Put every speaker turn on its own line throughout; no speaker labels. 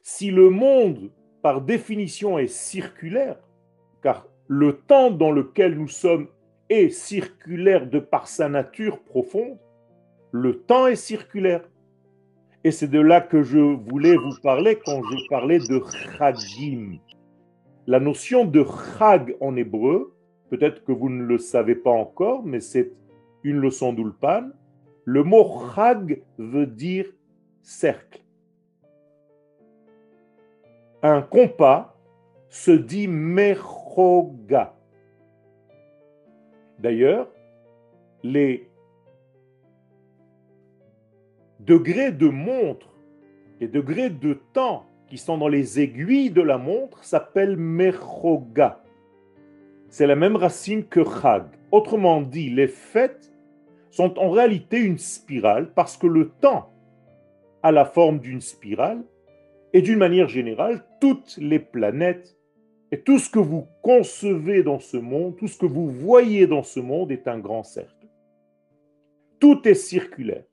Si le monde, par définition, est circulaire, car le temps dans lequel nous sommes est circulaire de par sa nature profonde, le temps est circulaire. Et c'est de là que je voulais vous parler quand je parlais de chagim. La notion de chag en hébreu, peut-être que vous ne le savez pas encore, mais c'est une leçon d'Ulpan. Le mot chag veut dire cercle. Un compas se dit mechoga. D'ailleurs, les degrés de montre, les degrés de temps qui sont dans les aiguilles de la montre s'appellent mechoga. C'est la même racine que chag. Autrement dit, les fêtes sont en réalité une spirale parce que le temps a la forme d'une spirale et d'une manière générale, toutes les planètes et tout ce que vous concevez dans ce monde, tout ce que vous voyez dans ce monde est un grand cercle. Tout est circulaire.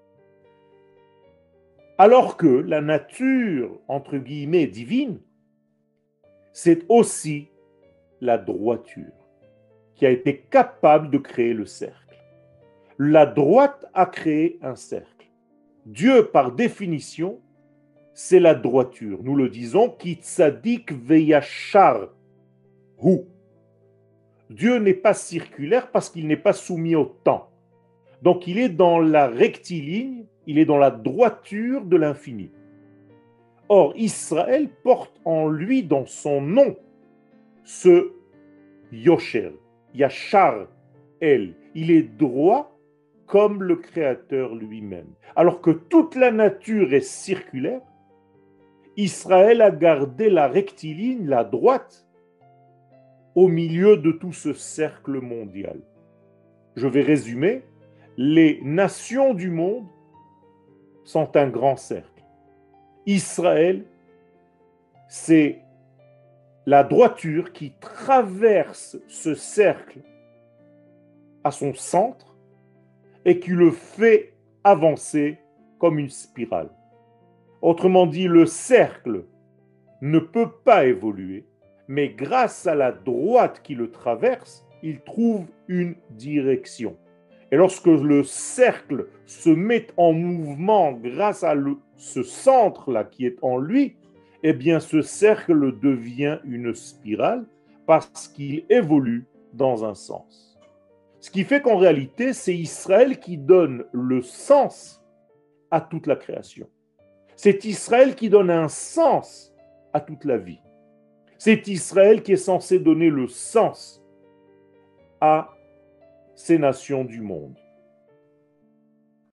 Alors que la nature, entre guillemets, divine, c'est aussi la droiture qui a été capable de créer le cercle. La droite a créé un cercle. Dieu, par définition, c'est la droiture. Nous le disons, ki tzadik veyachar hu. Dieu n'est pas circulaire parce qu'il n'est pas soumis au temps. Donc il est dans la rectiligne, il est dans la droiture de l'infini. Or, Israël porte en lui, dans son nom, ce Yosher, Yachar El. Il est droit comme le Créateur lui-même. Alors que toute la nature est circulaire, Israël a gardé la rectiligne, la droite, au milieu de tout ce cercle mondial. Je vais résumer. Les nations du monde sont un grand cercle. Israël, c'est la droiture qui traverse ce cercle à son centre et qui le fait avancer comme une spirale. Autrement dit, le cercle ne peut pas évoluer, mais grâce à la droite qui le traverse, il trouve une direction. Et lorsque le cercle se met en mouvement grâce à ce centre-là qui est en lui, eh bien ce cercle devient une spirale parce qu'il évolue dans un sens. Ce qui fait qu'en réalité, c'est Israël qui donne le sens à toute la création. C'est Israël qui donne un sens à toute la vie. C'est Israël qui est censé donner le sens à ces nations du monde.